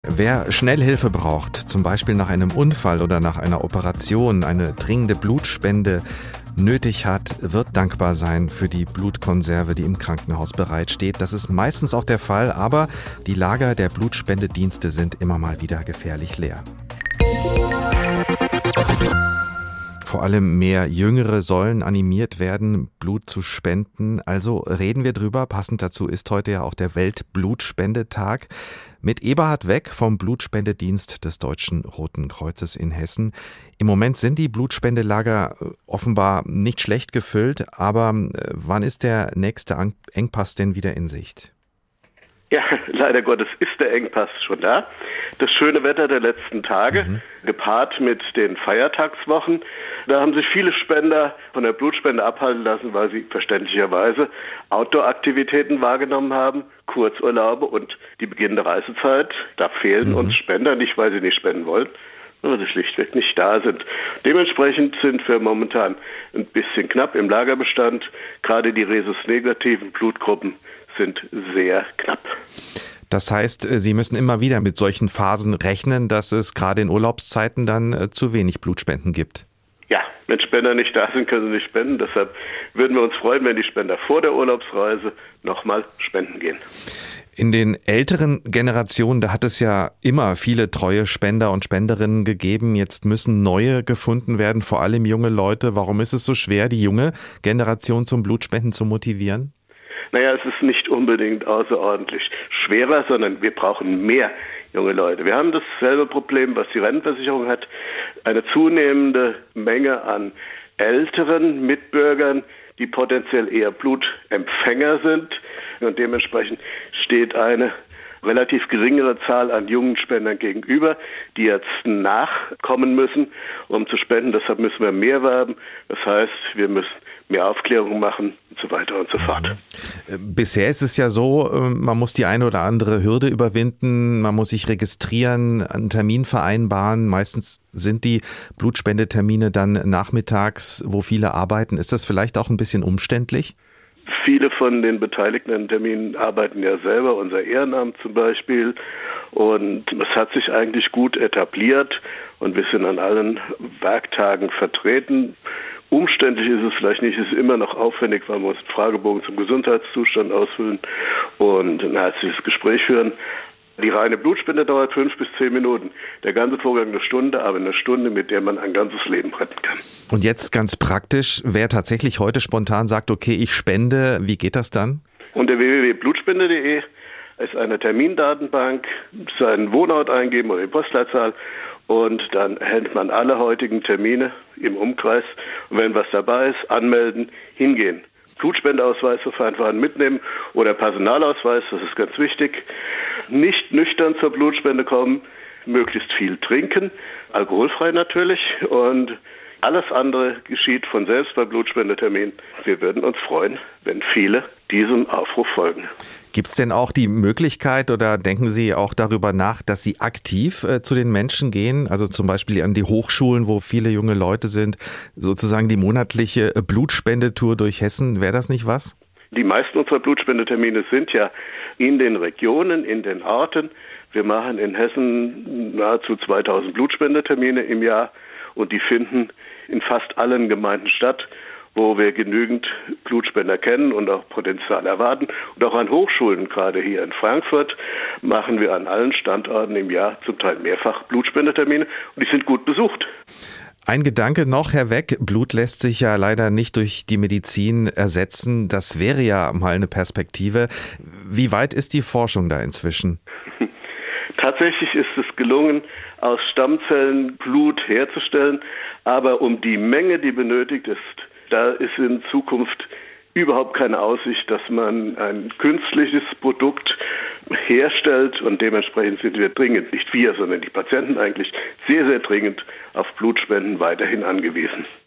Wer Schnellhilfe braucht, zum Beispiel nach einem Unfall oder nach einer Operation, eine dringende Blutspende nötig hat, wird dankbar sein für die Blutkonserve, die im Krankenhaus bereitsteht. Das ist meistens auch der Fall, aber die Lager der Blutspendedienste sind immer mal wieder gefährlich leer. Vor allem mehr Jüngere sollen animiert werden, Blut zu spenden. Also reden wir drüber. Passend dazu ist heute ja auch der Weltblutspendetag. Mit Eberhard Weck vom Blutspendedienst des Deutschen Roten Kreuzes in Hessen. Im Moment sind die Blutspendelager offenbar nicht schlecht gefüllt, aber wann ist der nächste Engpass denn wieder in Sicht? Ja, leider Gottes ist der Engpass schon da. Das schöne Wetter der letzten Tage, gepaart mit den Feiertagswochen, da haben sich viele Spender von der Blutspende abhalten lassen, weil sie verständlicherweise Outdoor-Aktivitäten wahrgenommen haben, Kurzurlaube und die beginnende Reisezeit. Da fehlen uns Spender, nicht weil sie nicht spenden wollen, sondern weil sie schlichtweg nicht da sind. Dementsprechend sind wir momentan ein bisschen knapp im Lagerbestand. Gerade die rhesus-negativen Blutgruppen sind sehr knapp. Das heißt, Sie müssen immer wieder mit solchen Phasen rechnen, dass es gerade in Urlaubszeiten dann zu wenig Blutspenden gibt. Ja, wenn Spender nicht da sind, können sie nicht spenden. Deshalb würden wir uns freuen, wenn die Spender vor der Urlaubsreise nochmal spenden gehen. In den älteren Generationen, da hat es ja immer viele treue Spender und Spenderinnen gegeben. Jetzt müssen neue gefunden werden, vor allem junge Leute. Warum ist es so schwer, die junge Generation zum Blutspenden zu motivieren? Naja, es ist nicht unbedingt außerordentlich schwerer, sondern wir brauchen mehr junge Leute. Wir haben dasselbe Problem, was die Rentenversicherung hat. Eine zunehmende Menge an älteren Mitbürgern, die potenziell eher Blutempfänger sind. Und dementsprechend steht eine relativ geringere Zahl an jungen Spendern gegenüber, die jetzt nachkommen müssen, um zu spenden. Deshalb müssen wir mehr werben. Das heißt, wir müssen mehr Aufklärung machen und so weiter und so fort. Bisher ist es ja so, man muss die eine oder andere Hürde überwinden, man muss sich registrieren, einen Termin vereinbaren. Meistens sind die Blutspendetermine dann nachmittags, wo viele arbeiten. Ist das vielleicht auch ein bisschen umständlich? Viele von den Beteiligten an Terminen arbeiten ja selber, unser Ehrenamt zum Beispiel. Und es hat sich eigentlich gut etabliert und wir sind an allen Werktagen vertreten. Umständlich ist es vielleicht nicht, es ist immer noch aufwendig, weil man muss einen Fragebogen zum Gesundheitszustand ausfüllen und ein herzliches Gespräch führen. Die reine Blutspende dauert 5 bis 10 Minuten. Der ganze Vorgang eine Stunde, aber eine Stunde, mit der man ein ganzes Leben retten kann. Und jetzt ganz praktisch, wer tatsächlich heute spontan sagt, okay, ich spende, wie geht das dann? Unter www.blutspende.de ist eine Termindatenbank, seinen Wohnort eingeben oder die Postleitzahl und dann erhält man alle heutigen Termine im Umkreis. Und wenn was dabei ist, anmelden, hingehen. Blutspendeausweis verfahren mitnehmen oder Personalausweis, das ist ganz wichtig. Nicht nüchtern zur Blutspende kommen, möglichst viel trinken, alkoholfrei natürlich und alles andere geschieht von selbst bei Blutspendetermin. Wir würden uns freuen, wenn viele diesem Aufruf folgen. Gibt es denn auch die Möglichkeit oder denken Sie auch darüber nach, dass Sie aktiv zu den Menschen gehen, also zum Beispiel an die Hochschulen, wo viele junge Leute sind, sozusagen die monatliche Blutspendetour durch Hessen, wäre das nicht was? Die meisten unserer Blutspendetermine sind ja in den Regionen, in den Orten. Wir machen in Hessen nahezu 2000 Blutspendetermine im Jahr und die finden in fast allen Gemeinden statt, wo wir genügend Blutspender kennen und auch Potenzial erwarten. Und auch an Hochschulen, gerade hier in Frankfurt, machen wir an allen Standorten im Jahr zum Teil mehrfach Blutspendetermine und die sind gut besucht. Ein Gedanke noch, Herr Weck, Blut lässt sich ja leider nicht durch die Medizin ersetzen. Das wäre ja mal eine Perspektive. Wie weit ist die Forschung da inzwischen? Tatsächlich ist es gelungen, aus Stammzellen Blut herzustellen, aber um die Menge, die benötigt ist, da ist in Zukunft überhaupt keine Aussicht, dass man ein künstliches Produkt herstellt und dementsprechend sind wir dringend, nicht wir, sondern die Patienten eigentlich sehr, sehr dringend auf Blutspenden weiterhin angewiesen.